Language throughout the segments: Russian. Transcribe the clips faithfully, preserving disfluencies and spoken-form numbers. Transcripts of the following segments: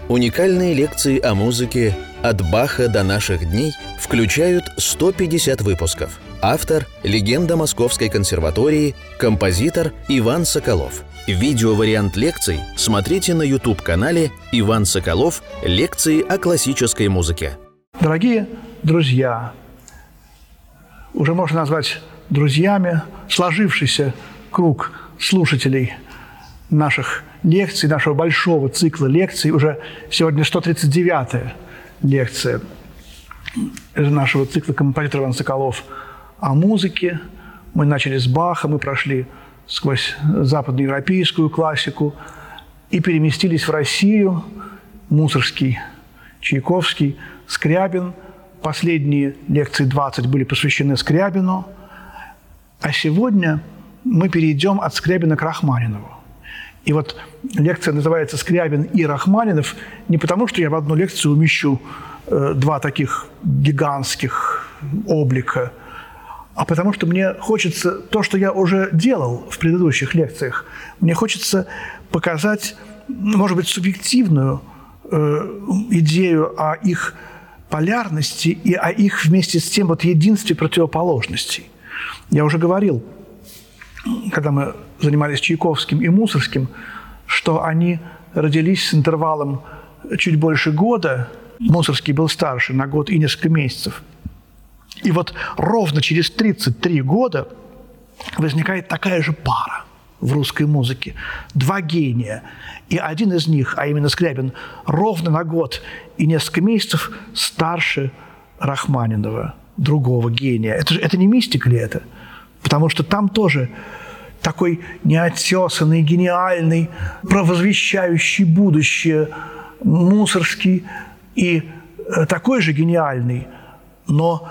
Уникальные лекции о музыке «От Баха до наших дней» включают сто пятьдесят выпусков. Автор – легенда Московской консерватории, композитор Иван Соколов. Видеовариант лекций смотрите на YouTube-канале «Иван Соколов. Лекции о классической музыке». Дорогие друзья, уже можно назвать друзьями сложившийся круг слушателей наших лекций, нашего большого цикла лекций. Уже сегодня сто тридцать девятая лекция нашего цикла «Композитор Иван Соколов» о музыке. Мы начали с Баха, мы прошли сквозь западноевропейскую классику и переместились в Россию. Мусоргский, Чайковский, Скрябин. Последние лекции двадцать были посвящены Скрябину. А сегодня мы перейдем от Скрябина к Рахманинову. И вот лекция называется «Скрябин и Рахманинов» не потому, что я в одну лекцию умещу э, два таких гигантских облика, а потому что мне хочется то, что я уже делал в предыдущих лекциях. Мне хочется показать, может быть, субъективную э, идею о их полярности и о их вместе с тем вот единстве противоположностей. Я уже говорил, когда мы занимались Чайковским и Мусоргским, что они родились с интервалом чуть больше года. Мусоргский был старше на год и несколько месяцев. И вот ровно через тридцать три года возникает такая же пара в русской музыке. Два гения. И один из них, а именно Скрябин, ровно на год и несколько месяцев старше Рахманинова, другого гения. Это, же, это не мистика ли это? Потому что там тоже такой неотесанный, гениальный, провозвещающий будущее Мусоргский и такой же гениальный, но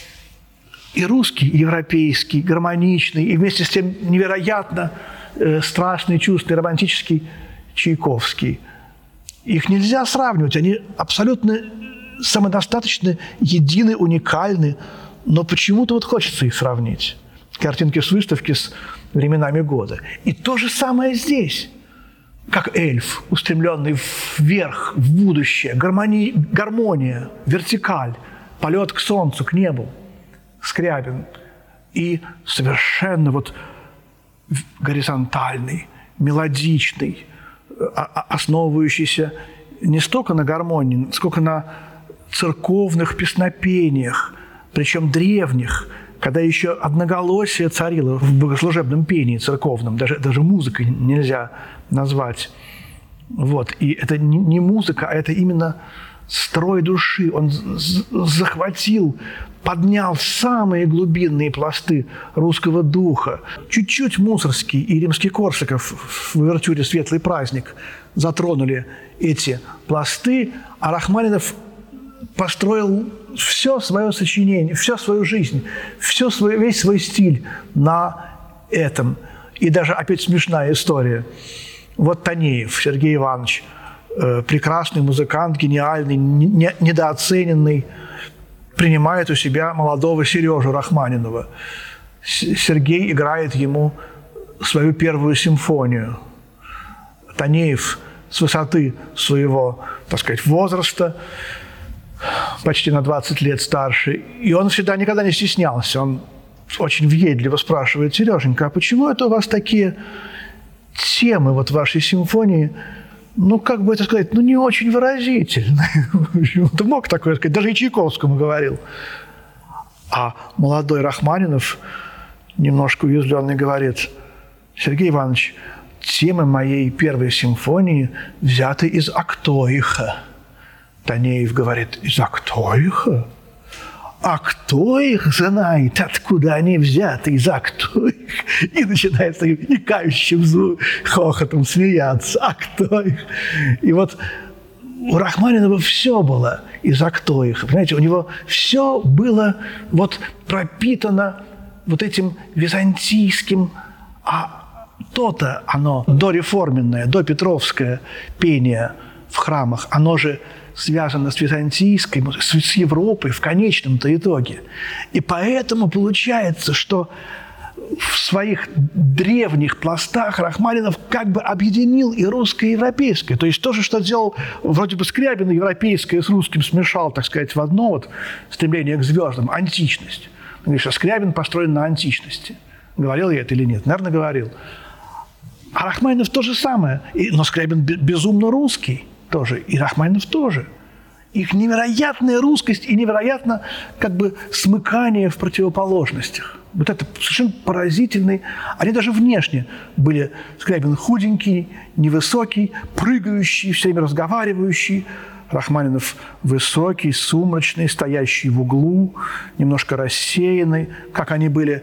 и русский, и европейский, гармоничный, и вместе с тем невероятно э, страстный, чувственный, романтический Чайковский. Их нельзя сравнивать, они абсолютно самодостаточны, едины, уникальны, но почему-то вот хочется их сравнить. Картинки с выставки с временами года. И то же самое здесь. Как эльф, устремленный вверх, в будущее, гармония, гармония, вертикаль, полет к солнцу, к небу. Скрябин. И совершенно вот горизонтальный, мелодичный, основывающийся не столько на гармонии, сколько на церковных песнопениях, причем древних, когда еще одноголосие царило в богослужебном пении церковном, даже, даже музыкой нельзя назвать. Вот. И это не музыка, а это именно строй души. Он захватил, поднял самые глубинные пласты русского духа. Чуть-чуть Мусоргский и Римский-Корсаков в увертюре «Светлый праздник» затронули эти пласты, а Рахманинов построил все свое сочинение, всю свою жизнь, все свой, весь свой стиль на этом. И даже опять смешная история. Вот Танеев Сергей Иванович, э, прекрасный музыкант, гениальный, не, недооцененный, принимает у себя молодого Сережу Рахманинова. С- Сергей играет ему свою первую симфонию. Танеев с высоты своего, так сказать, возраста, почти на двадцать лет старше. И он всегда никогда не стеснялся. Он очень въедливо спрашивает: Сереженька, а почему это у вас такие темы вот в вашей симфонии, ну, как бы это сказать, ну, не очень выразительные? Он мог такое сказать, даже и Чайковскому говорил. А молодой Рахманинов, немножко уязвленный, говорит: Сергей Иванович, темы моей первой симфонии взяты из Актоиха. Танеев говорит: из Актоиха? А кто их знает, откуда они взяты, из Актоих? И начинает с таким икающим хохотом смеяться. Актоих. И вот у Рахманинова все было из Актоиха. Понимаете, у него все было вот пропитано вот этим византийским, а то-то оно дореформенное, допетровское пение в храмах, оно же связано с византийской, с Европой в конечном-то итоге. И поэтому получается, что в своих древних пластах Рахманинов как бы объединил и русское, и европейское. То есть то же, что делал вроде бы Скрябин, европейское с русским смешал, так сказать, в одно вот стремление к звездам, античность. Говоришь, а Скрябин построен на античности. Говорил я это или нет? Наверное, говорил. А Рахманинов то же самое. И, но Скрябин безумно русский тоже, и Рахманинов тоже. Их невероятная русскость и невероятно как бы смыкание в противоположностях. Вот это совершенно поразительный. Они даже внешне были. Скрябин худенький, невысокий, прыгающий, все время разговаривающий. Рахманинов высокий, сумрачный, стоящий в углу, немножко рассеянный, как они были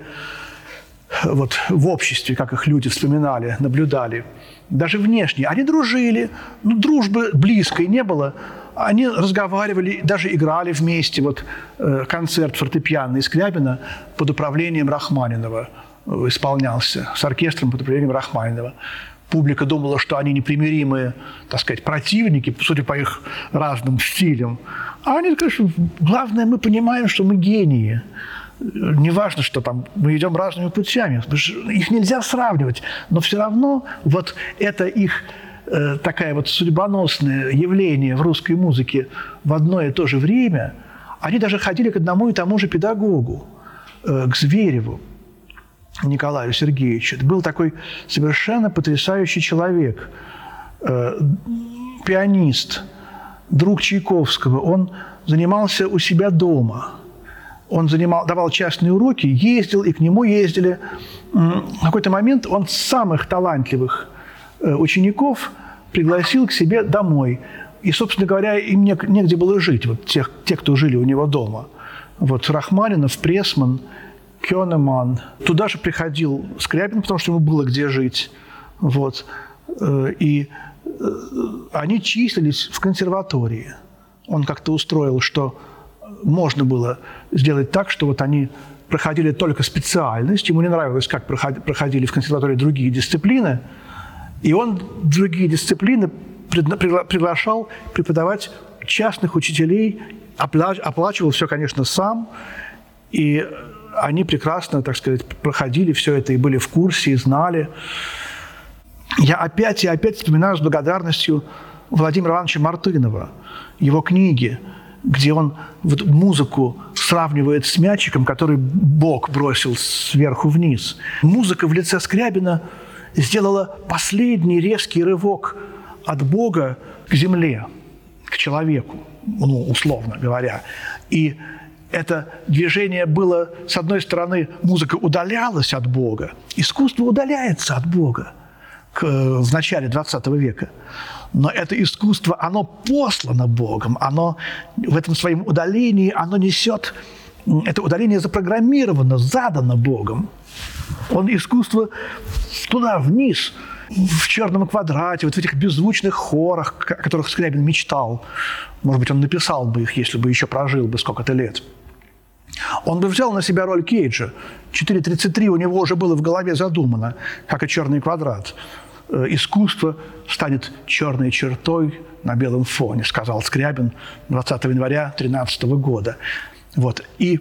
вот, в обществе, как их люди вспоминали, наблюдали. Даже внешне. Они дружили, ну, дружбы близкой не было. Они разговаривали, даже играли вместе. Вот э, концерт фортепианный Скрябина под управлением Рахманинова исполнялся, с оркестром под управлением Рахманинова. Публика думала, что они непримиримые, так сказать, противники, судя по их разным стилям. А они говорят, главное, мы понимаем, что мы гении. Неважно, что там мы идем разными путями. Их нельзя сравнивать. Но все равно вот это их э, такая вот судьбоносное явление в русской музыке в одно и то же время, они даже ходили к одному и тому же педагогу, э, к Звереву Николаю Сергеевичу. Это был такой совершенно потрясающий человек, э, пианист, друг Чайковского. Он занимался у себя дома. Он занимал, давал частные уроки, ездил, и к нему ездили. В какой-то момент он самых талантливых учеников пригласил к себе домой. И, собственно говоря, им негде было жить, вот тех, те, кто жили у него дома. Вот Рахманинов, Пресман, Кёнеман. Туда же приходил Скрябин, потому что ему было где жить. Вот. И они числились в консерватории. Он как-то устроил, что можно было сделать так, что вот они проходили только специальность, ему не нравилось, как проходили в консерватории другие дисциплины, и он другие дисциплины приглашал преподавать частных учителей, оплачивал все, конечно, сам, и они прекрасно, так сказать, проходили все это и были в курсе, и знали. Я опять и опять вспоминаю с благодарностью Владимира Ивановича Мартынова, его книги, где он вот музыку сравнивает с мячиком, который Бог бросил сверху вниз. Музыка в лице Скрябина сделала последний резкий рывок от Бога к земле, к человеку, ну, условно говоря. И это движение было, с одной стороны, музыка удалялась от Бога, искусство удаляется от Бога к, в начале двадцатого века. Но это искусство, оно послано Богом, оно в этом своем удалении, оно несет, это удаление запрограммировано, задано Богом. Он искусство туда, вниз, в черном квадрате, вот в этих беззвучных хорах, о которых Скрябин мечтал. Может быть, он написал бы их, если бы еще прожил бы сколько-то лет. Он бы взял на себя роль Кейджа. четыре тридцать три у него уже было в голове задумано, как и черный квадрат. Искусство станет черной чертой на белом фоне, сказал Скрябин двадцатого января тринадцатого года. Вот. И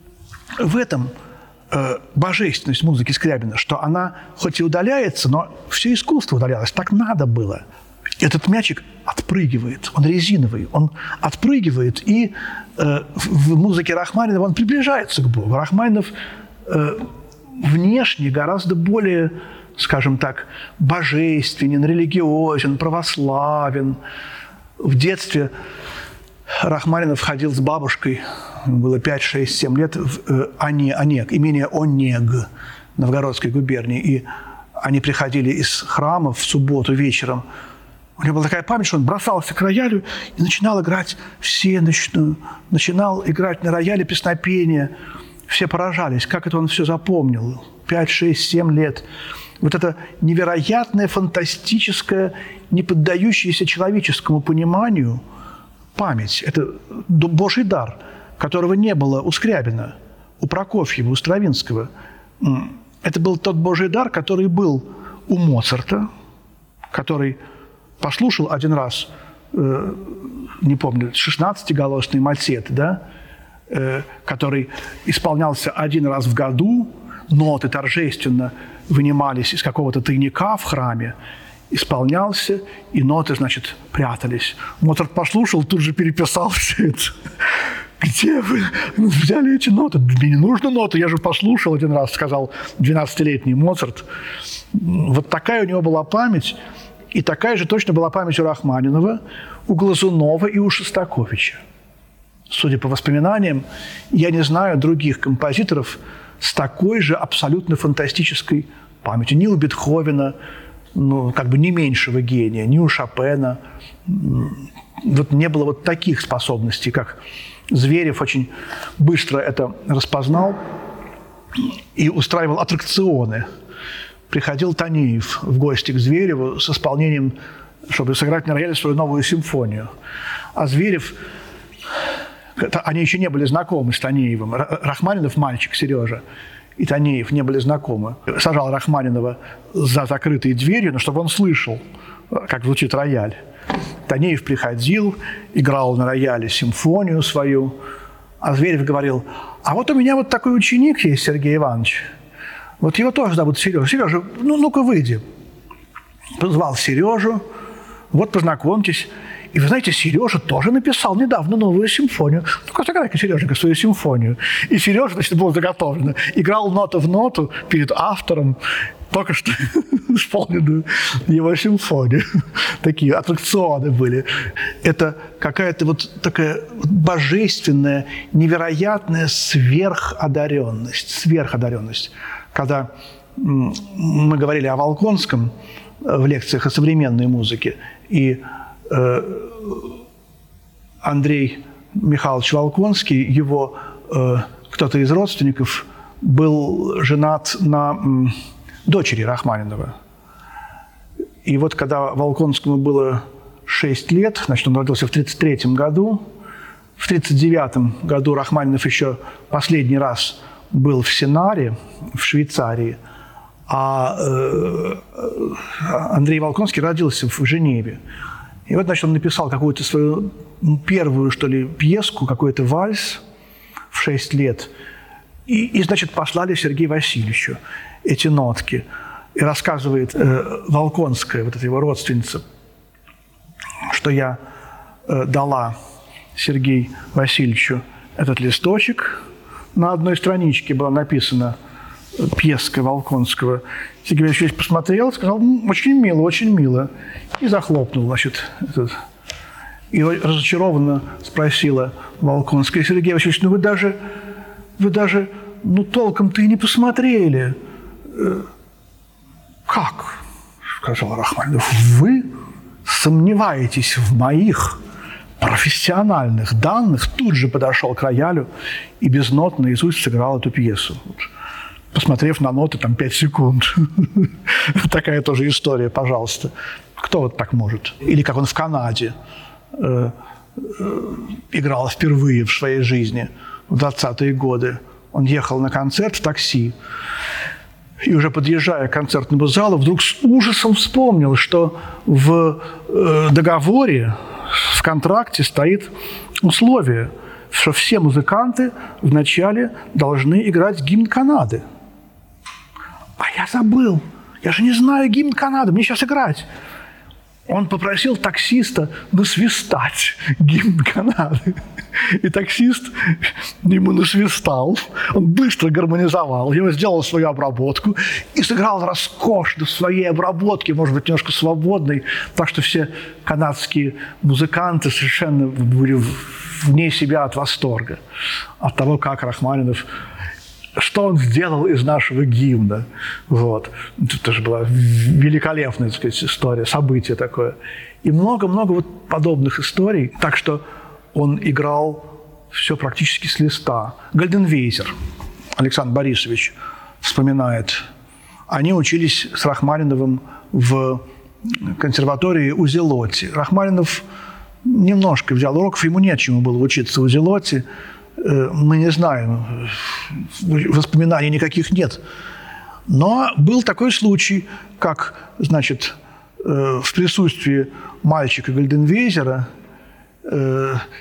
в этом э, божественность музыки Скрябина, что она хоть и удаляется, но все искусство удалялось, так надо было. Этот мячик отпрыгивает, он резиновый, он отпрыгивает, и э, в музыке Рахманинова он приближается к Богу. Рахманинов э, внешне гораздо более, скажем так, божественен, религиозен, православен. В детстве Рахманинов ходил с бабушкой, было пять, шесть, семь лет, в Онег, имение Онег, Новгородской губернии. И они приходили из храма в субботу вечером. У него была такая память, что он бросался к роялю и начинал играть всенощную, начинал играть на рояле песнопения. Все поражались, как это он все запомнил. пять, шесть, семь лет. Вот это невероятное, фантастическое, не поддающееся человеческому пониманию память. Это Божий дар, которого не было у Скрябина, у Прокофьева, у Стравинского. Это был тот Божий дар, который был у Моцарта, который послушал один раз, э, не помню, шестнадцатиголосный мотет, да, э, который исполнялся один раз в году, ноты торжественно вынимались из какого-то тайника в храме, исполнялся, и ноты, значит, прятались. Моцарт послушал, тут же переписал все это. Где вы взяли эти ноты? Мне не нужны ноты, я же послушал один раз, сказал двенадцатилетний Моцарт. Вот такая у него была память, и такая же точно была память у Рахманинова, у Глазунова и у Шостаковича. Судя по воспоминаниям, я не знаю других композиторов с такой же абсолютно фантастической памятью. Ни у Бетховена, ну, как бы не меньшего гения, ни у Шопена. Вот не было вот таких способностей, как Зверев очень быстро это распознал и устраивал аттракционы. Приходил Танеев в гости к Звереву с исполнением, чтобы сыграть на рояле свою новую симфонию. А Зверев, они еще не были знакомы с Танеевым. Рахманинов мальчик, Сережа, и Танеев не были знакомы. Сажал Рахманинова за закрытой дверью, но чтобы он слышал, как звучит рояль. Танеев приходил, играл на рояле симфонию свою, а Зверев говорил: а вот у меня вот такой ученик есть, Сергей Иванович. Вот его тоже зовут Сережа. Сережа, ну, ну-ка выйди. Позвал Сережу, вот познакомьтесь. И вы знаете, Сережа тоже написал недавно новую симфонию. Ну-ка, сыграй-ка, Сереженька, свою симфонию. И Сережа, значит, был заготовлен. Играл нота в ноту перед автором только что исполненную его симфонию. Такие аттракционы были. Это какая-то вот такая божественная, невероятная сверходаренность. Сверходаренность. Когда мы говорили о Волконском в лекциях о современной музыке, и Андрей Михайлович Волконский, его э, кто-то из родственников, был женат на м, дочери Рахманинова. И вот когда Волконскому было шесть лет, значит, он родился в тридцать третьем году, в тридцать девятом году Рахманинов еще последний раз был в Сенаре, в Швейцарии, а э, Андрей Волконский родился в Женеве. И вот, значит, он написал какую-то свою первую, что ли, пьеску, какой-то вальс в шесть лет. И, и, значит, послали Сергею Васильевичу эти нотки. И рассказывает э, Волконская, вот эта его родственница, что я э, дала Сергею Васильевичу этот листочек. На одной страничке была написана пьеска Волконского. Сергей Васильевич посмотрел, сказал: очень мило, очень мило. И захлопнул, значит, этот. И разочарованно спросила Волконская: Сергей Васильевич, ну вы даже, вы даже, ну толком-то и не посмотрели. Как? Сказал Рахманинов. Вы сомневаетесь в моих профессиональных данных? Тут же подошел к роялю и без нот наизусть сыграл эту пьесу. Посмотрев на ноты, там, пять секунд. Такая тоже история, пожалуйста. Кто вот так может? Или как он в Канаде э, э, играл впервые в своей жизни в двадцатые годы. Он ехал на концерт в такси, и уже подъезжая к концертному залу, вдруг с ужасом вспомнил, что в э, договоре, в контракте стоит условие, что все музыканты вначале должны играть гимн Канады. А я забыл. Я же не знаю гимн Канады. Мне сейчас играть. Он попросил таксиста насвистать гимн Канады. И таксист ему насвистал. Он быстро гармонизовал его, сделал свою обработку и сыграл роскошно в своей обработке, может быть, немножко свободной, так что все канадские музыканты совершенно были вне себя от восторга, от того, как Рахманинов, что он сделал из нашего гимна. Вот. Это тоже была великолепная, так сказать, история, событие такое. И много-много вот подобных историй. Так что он играл все практически с листа. Гальденвейзер Александр Борисович вспоминает. Они учились с Рахманиновым в консерватории у Зелотти. Рахманинов немножко взял уроков, ему нечему было учиться у Зелотти. Мы не знаем, воспоминаний никаких нет. Но был такой случай, как, значит, в присутствии мальчика Гальденвейзера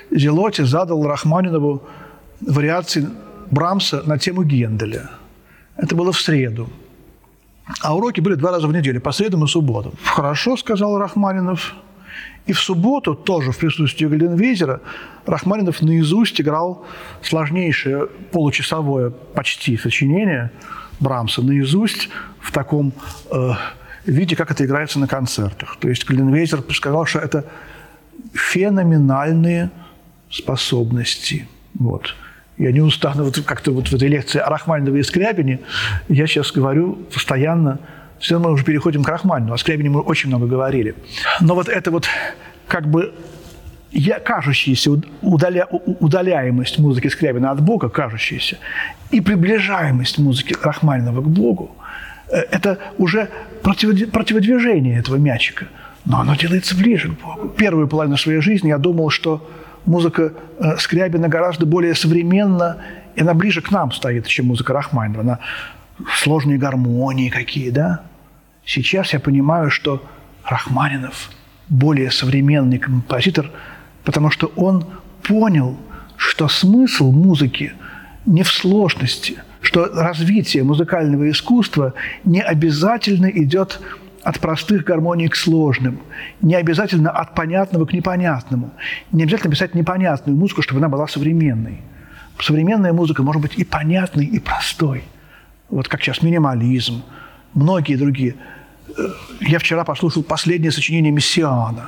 Зелотти задал Рахманинову вариации Брамса на тему Генделя. Это было в среду. А уроки были два раза в неделю, по средам и субботам. «Хорошо», – сказал Рахманинов. И в субботу, тоже в присутствии Гальденвейзера, Рахманинов наизусть играл сложнейшее получасовое почти сочинение Брамса наизусть в таком э, виде, как это играется на концертах. То есть Гальденвейзер сказал, что это феноменальные способности. Вот. Я не устану, вот как-то вот в этой лекции о Рахманинове и Скрябине я сейчас говорю постоянно. Все равно мы уже переходим к Рахманину. О Скрябине мы очень много говорили. Но вот это вот как бы я, кажущаяся удаля, удаляемость музыки Скрябина от Бога, кажущаяся, и приближаемость музыки Рахманинова к Богу, это уже против, противодвижение этого мячика. Но оно делается ближе к Богу. Первую половину своей жизни я думал, что музыка Скрябина гораздо более современна, и она ближе к нам стоит, чем музыка Рахманинова. Она сложные гармонии какие, да? Сейчас я понимаю, что Рахманинов более современный композитор, потому что он понял, что смысл музыки не в сложности, что развитие музыкального искусства не обязательно идет от простых гармоний к сложным, не обязательно от понятного к непонятному, не обязательно писать непонятную музыку, чтобы она была современной. Современная музыка может быть и понятной, и простой. Вот как сейчас минимализм, многие другие. Я вчера послушал последнее сочинение Мессиана.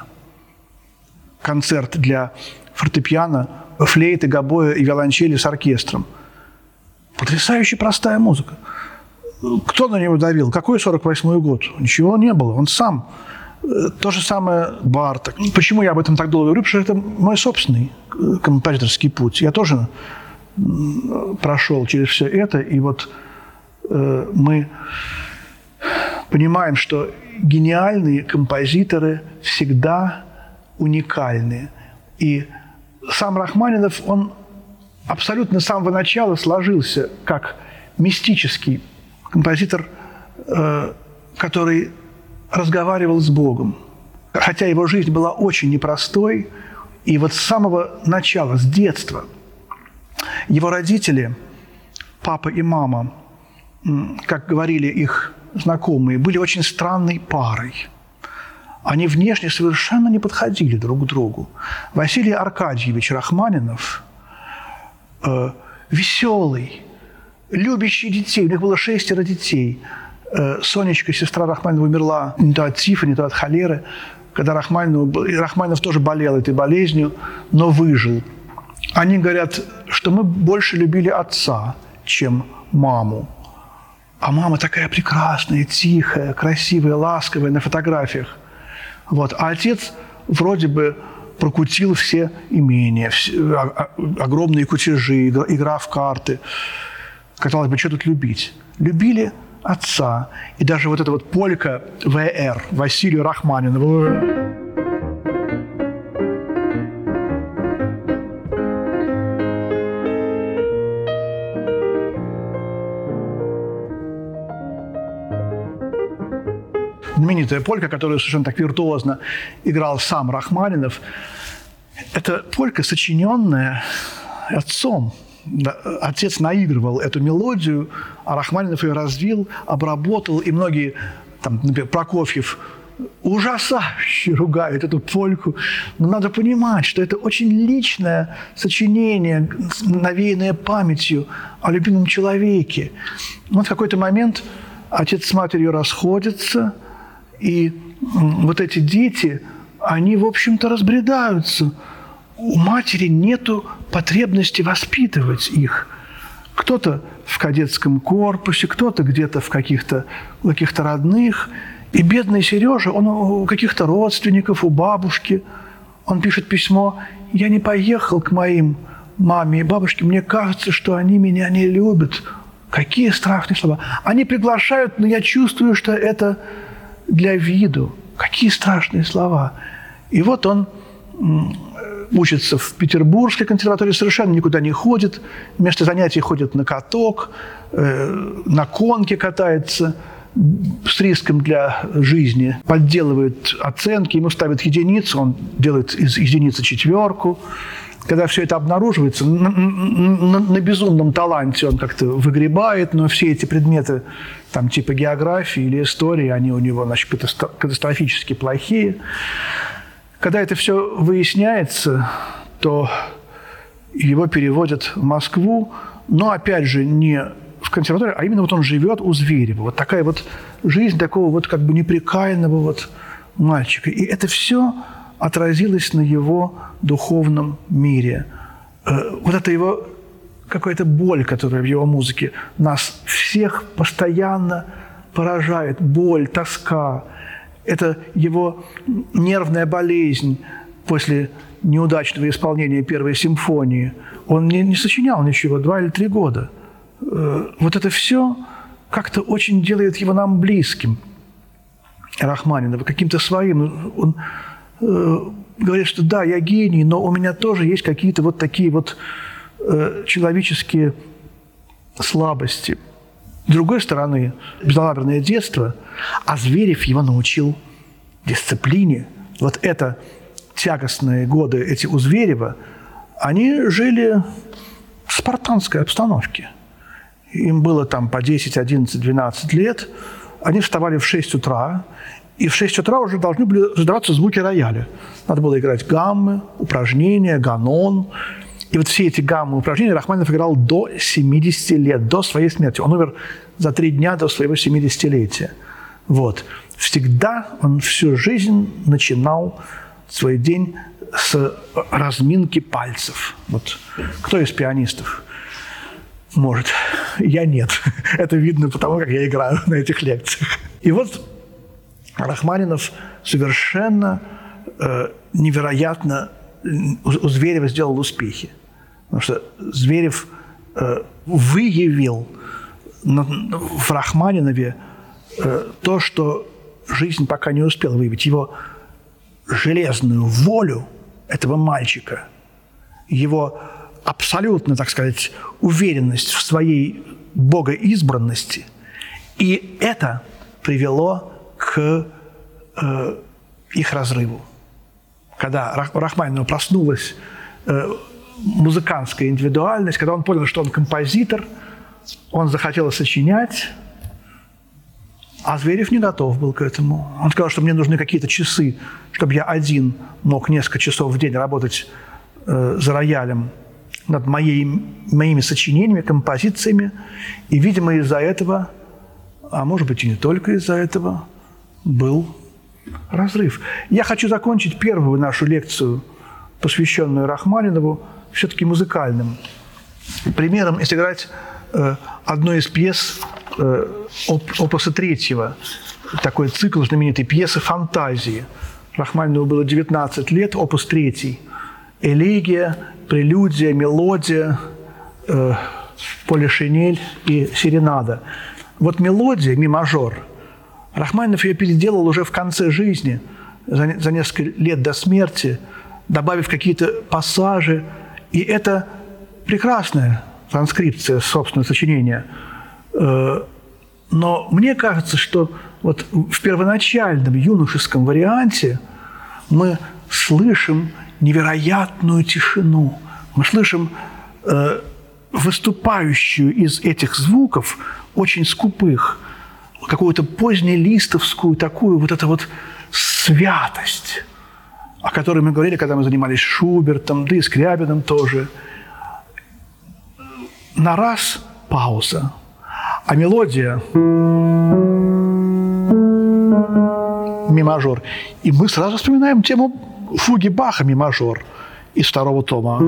Концерт для фортепиано, флейты, гобоя и виолончели с оркестром. Потрясающе простая музыка. Кто на него давил? Какой сорок восьмой год? Ничего не было. Он сам. То же самое Барток. Почему я об этом так долго говорю? Потому что это мой собственный композиторский путь. Я тоже прошел через все это, и вот э, мы понимаем, что гениальные композиторы всегда уникальны. И сам Рахманинов, он абсолютно с самого начала сложился как мистический композитор, э, который разговаривал с Богом. Хотя его жизнь была очень непростой, и вот с самого начала, с детства, его родители, папа и мама, как говорили их знакомые, были очень странной парой. Они внешне совершенно не подходили друг к другу. Василий Аркадьевич Рахманинов, э, веселый, любящий детей, у них было шестеро детей. Э, Сонечка, сестра Рахманинова, умерла не то от тифа, не то от холеры, когда Рахманинов, Рахманинов тоже болел этой болезнью, но выжил. Они говорят, что мы больше любили отца, чем маму. А мама такая прекрасная, тихая, красивая, ласковая на фотографиях. Вот. А отец вроде бы прокутил все имения, все, огромные кутежи, игра в карты. Казалось бы, что тут любить? Любили отца. И даже вот эта вот полька ВР, Василию Рахманинову. Знаменитая полька, которую совершенно так виртуозно играл сам Рахманинов, это полька, сочиненная отцом. Отец наигрывал эту мелодию, а Рахманинов ее развил, обработал, и многие, там, например, Прокофьев, ужасающе ругают эту польку. Но надо понимать, что это очень личное сочинение, навеянное памятью о любимом человеке. Вот в какой-то момент отец с матерью расходятся, и вот эти дети, они, в общем-то, разбредаются. У матери нету потребности воспитывать их. Кто-то в кадетском корпусе, кто-то где-то в каких-то, у каких-то родных. И бедный Сережа, он у каких-то родственников, у бабушки. Он пишет письмо: «Я не поехал к моим маме и бабушке, мне кажется, что они меня не любят». Какие страшные слова. Они приглашают, но я чувствую, что это для виду. Какие страшные слова. И вот он учится в Петербургской консерватории, совершенно никуда не ходит. Вместо занятий ходит на каток, э, на конке катается, с риском для жизни подделывает оценки, ему ставят единицу, он делает из единицы четверку. Когда все это обнаруживается, на, на, на безумном таланте он как-то выгребает, но все эти предметы, там, типа географии или истории, они у него, значит, катастрофически плохие. Когда это все выясняется, то его переводят в Москву, но, опять же, не в консерваторию, а именно вот он живет у Зверева. Вот такая вот жизнь такого вот как бы неприкаянного вот мальчика. И это все отразилось на его духовном мире. Вот это его какая-то боль, которая в его музыке нас всех постоянно поражает. Боль, тоска. Это его нервная болезнь после неудачного исполнения первой симфонии. Он не, не сочинял ничего два или три года. Вот это все как-то очень делает его нам близким, Рахманинова, каким-то своим. Он э, говорит, что да, я гений, но у меня тоже есть какие-то вот такие вот э, человеческие слабости. С другой стороны, безалаберное детство, а Зверев его научил дисциплине. Вот это тягостные годы эти у Зверева, они жили в спартанской обстановке. Им было там по десять, одиннадцать, двенадцать лет. Они вставали в шесть утра, и в шесть утра уже должны были раздаваться звуки рояля. Надо было играть гаммы, упражнения, ганон. И вот все эти гаммы, упражнения Рахманинов играл до семидесяти лет, до своей смерти. Он умер за три дня до своего семидесятилетия. Вот. Всегда он всю жизнь начинал свой день с разминки пальцев. Вот. Кто из пианистов может? Я нет. Это видно потому, как я играю на этих лекциях. И вот Рахманинов совершенно э, невероятно у, у Зверева сделал успехи. Потому что Зверев э, выявил на, в Рахманинове э, то, что жизнь пока не успела выявить. Его железную волю этого мальчика, его абсолютно, так сказать, уверенность в своей богоизбранности. И это привело к э, их разрыву. Когда у Рахманинова проснулась э, музыкантская индивидуальность, когда он понял, что он композитор, он захотел сочинять, а Зверев не готов был к этому. Он сказал, что мне нужны какие-то часы, чтобы я один мог несколько часов в день работать э, за роялем над моей, моими сочинениями, композициями. И, видимо, из-за этого, а может быть и не только из-за этого, был разрыв. Я хочу закончить первую нашу лекцию, посвященную Рахманинову, все-таки музыкальным примером, и сыграть э, одну из пьес э, оп- опуса третьего, такой цикл знаменитой пьесы «Фантазии». Рахманинову было девятнадцать лет, опус третий. Элегия, прелюдия, мелодия, э, полишинель и серенада. Вот мелодия, ми-мажор, Рахманинов ее переделал уже в конце жизни, за, за несколько лет до смерти, добавив какие-то пассажи. И это прекрасная транскрипция собственного сочинения. Э, но мне кажется, что вот в первоначальном юношеском варианте мы слышим невероятную тишину. Мы слышим э, выступающую из этих звуков, очень скупых, какую-то позднелистовскую такую вот эту вот святость, о которой мы говорили, когда мы занимались Шубертом, да и Скрябиным тоже. На раз пауза, а мелодия ми-мажор. И мы сразу вспоминаем тему фуги Баха ми-мажор из второго тома.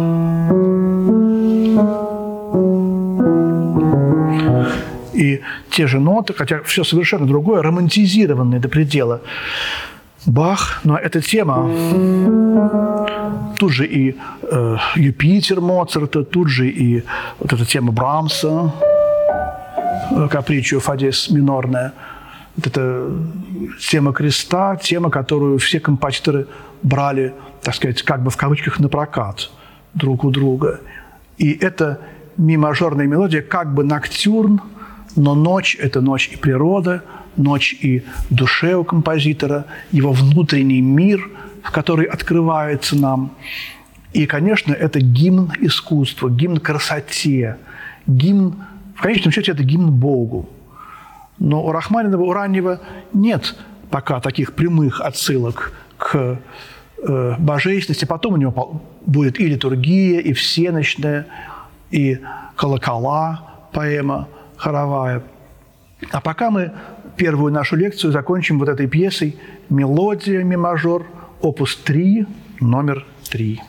И те же ноты, хотя все совершенно другое, романтизированное до предела. Бах, но эта тема, тут же и э, Юпитер Моцарта, тут же и вот эта тема Брамса, э, капричио фадес минорная, вот эта тема креста, тема, которую все композиторы брали, так сказать, как бы в кавычках на прокат друг у друга. И эта ми-мажорная мелодия как бы ноктюрн Но ночь – это ночь и природа, ночь и душе у композитора, его внутренний мир, в который открывается нам. И, конечно, это гимн искусству, гимн красоте, гимн, в конечном счете, это гимн Богу. Но у Рахманинова, у раннего нет пока таких прямых отсылок к э, божественности. Потом у него будет и литургия, и всеночная, и колокола, поэма хоровая. А пока мы первую нашу лекцию закончим вот этой пьесой «Мелодия ми мажор», опус три, номер три.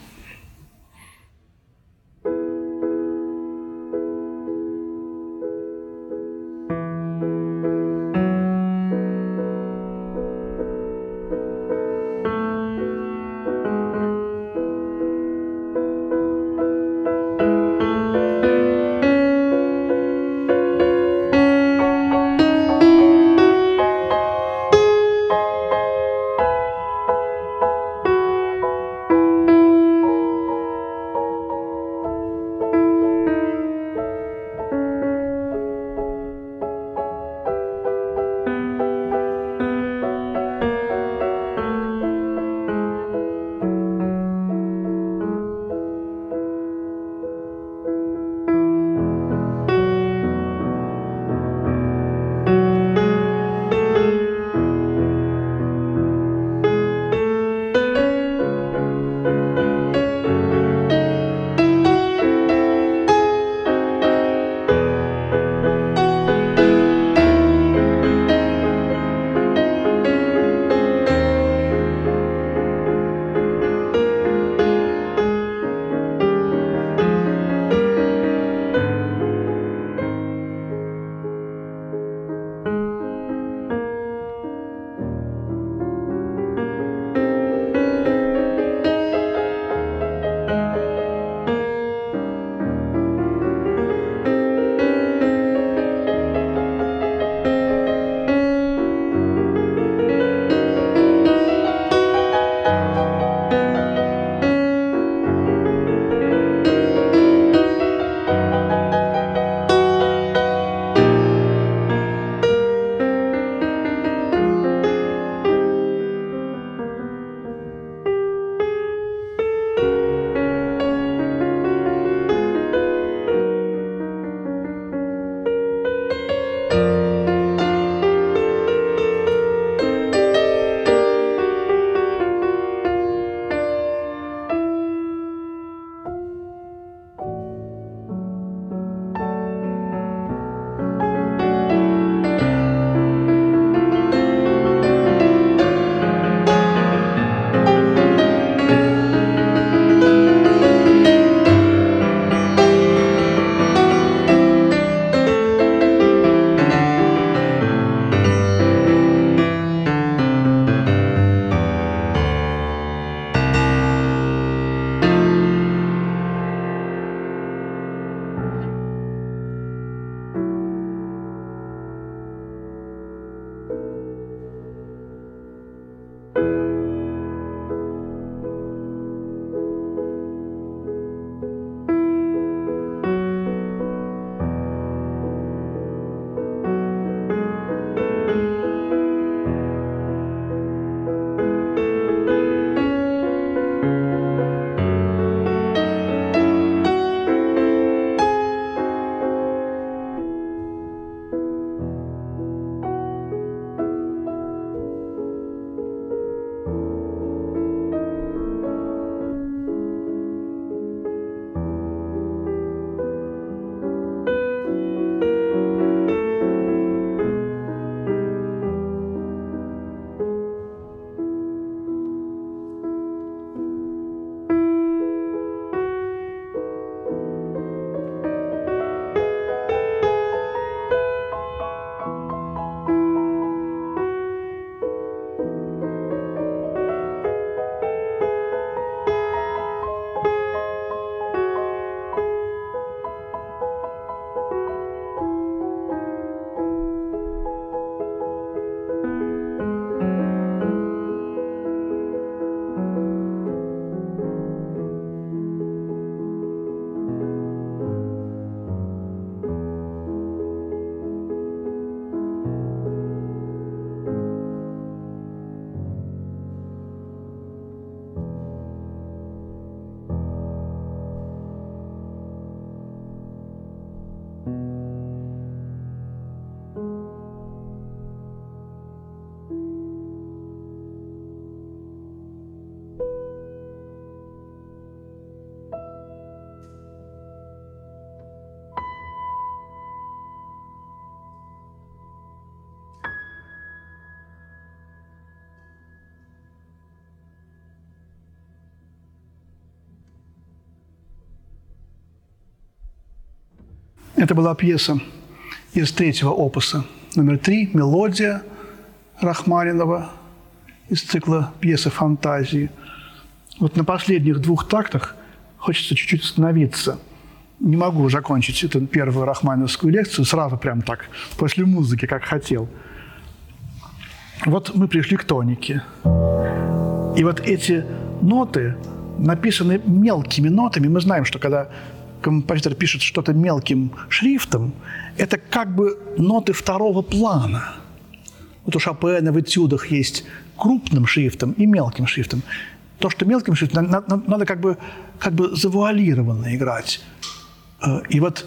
Это была пьеса из третьего опуса, номер три, «Мелодия» Рахманинова из цикла пьесы «Фантазии». Вот на последних двух тактах хочется чуть-чуть остановиться. Не могу закончить эту первую рахманиновскую лекцию сразу прям так, после музыки, как хотел. Вот мы пришли к тонике. И вот эти ноты написаны мелкими нотами. Мы знаем, что когда композитор пишет что-то мелким шрифтом, это как бы ноты второго плана. Вот у Шопена в этюдах есть крупным шрифтом и мелким шрифтом. То, что мелким шрифтом, надо, надо как бы, как бы завуалированно играть. И вот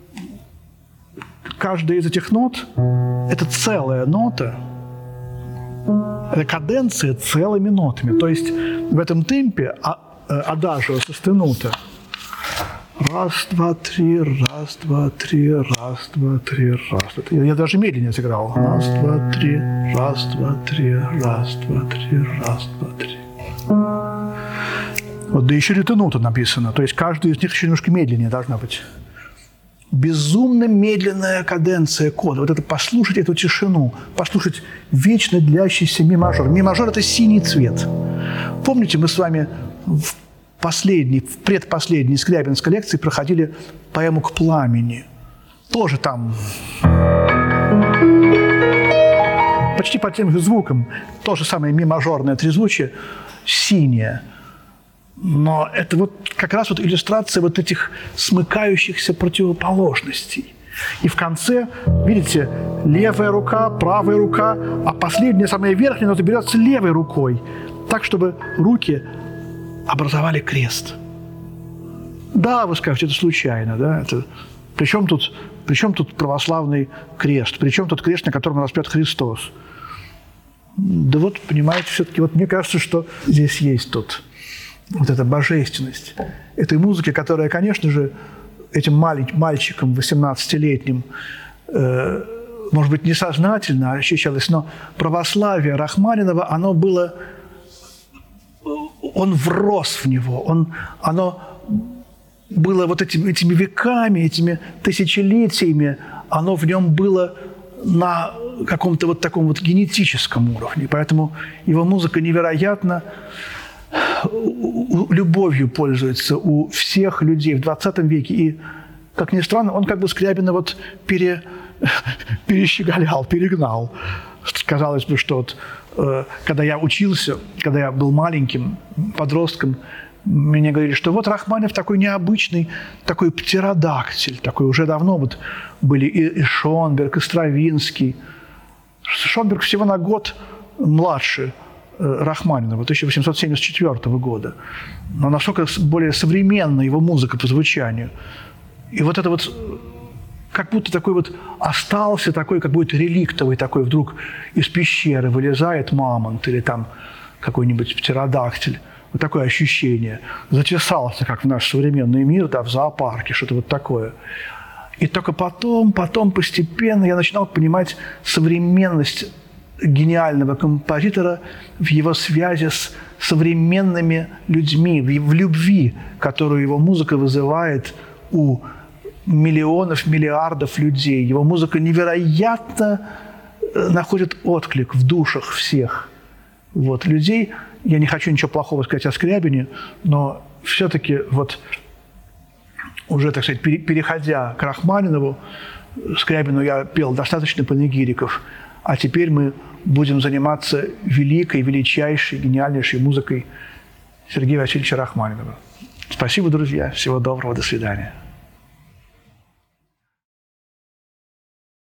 каждая из этих нот – это целая нота, это каденция целыми нотами. То есть в этом темпе адажио состенуто. Раз, два, три, раз, два, три, раз, два, три, раз. Я даже медленнее сыграл. Раз, два, три, раз, два, три, раз, два, три, раз, два, три. Вот, да еще ретенута написано. То есть каждая из них еще немножко медленнее должна быть. Безумно медленная каденция кода. Вот это послушать эту тишину, послушать вечно длящийся ми мажор. Ми мажор – это синий цвет. Помните, мы с вами в последней, в предпоследней Скрябинской лекции проходили поэму «К пламени». Тоже там почти по тем же звукам то же самое ми-мажорное трезвучие, синее. Но это вот как раз вот иллюстрация вот этих смыкающихся противоположностей. И в конце, видите, левая рука, правая рука, а последняя, самая верхняя нота берется левой рукой, так, чтобы руки образовали крест. Да, вы скажете, это случайно, да? Это... Причем тут, причем тут православный крест? Причем тут крест, на котором распят Христос? Да вот, понимаете, все-таки вот мне кажется, что здесь есть тут вот эта божественность этой музыки, которая, конечно же, этим мальчиком восемнадцатилетним, э, может быть, несознательно ощущалось, но православие Рахманинова, оно было... Он врос в него, он, оно было вот этими, этими веками, этими тысячелетиями, оно в нем было на каком-то вот таком вот генетическом уровне. Поэтому его музыка невероятно любовью пользуется у всех людей в двадцатом веке. И, как ни странно, он как бы Скрябина вот пере, перещеголял, перегнал. Казалось бы, что вот, э, когда я учился, когда я был маленьким подростком, мне говорили, что вот Рахманинов такой необычный, такой птеродактиль, такой уже давно вот были и, и Шонберг, и Стравинский. Шонберг всего на год младше э, Рахманинова, тысяча восемьсот семьдесят четвёртого года. Но насколько более современна его музыка по звучанию. И вот это вот... как будто такой вот остался такой, как будто реликтовый такой, вдруг из пещеры вылезает мамонт или там какой-нибудь птеродактиль. Вот такое ощущение. Затесался, как в наш современный мир, да, в зоопарке, что-то вот такое. И только потом, потом постепенно я начинал понимать современность гениального композитора в его связи с современными людьми, в любви, которую его музыка вызывает у миллионов, миллиардов людей. Его музыка невероятно находит отклик в душах всех вот, людей. Я не хочу ничего плохого сказать о Скрябине, но все-таки вот уже, так сказать, переходя к Рахманинову, Скрябину я пел достаточно панегириков, а теперь мы будем заниматься великой, величайшей, гениальнейшей музыкой Сергея Васильевича Рахманинова. Спасибо, друзья. Всего доброго. До свидания.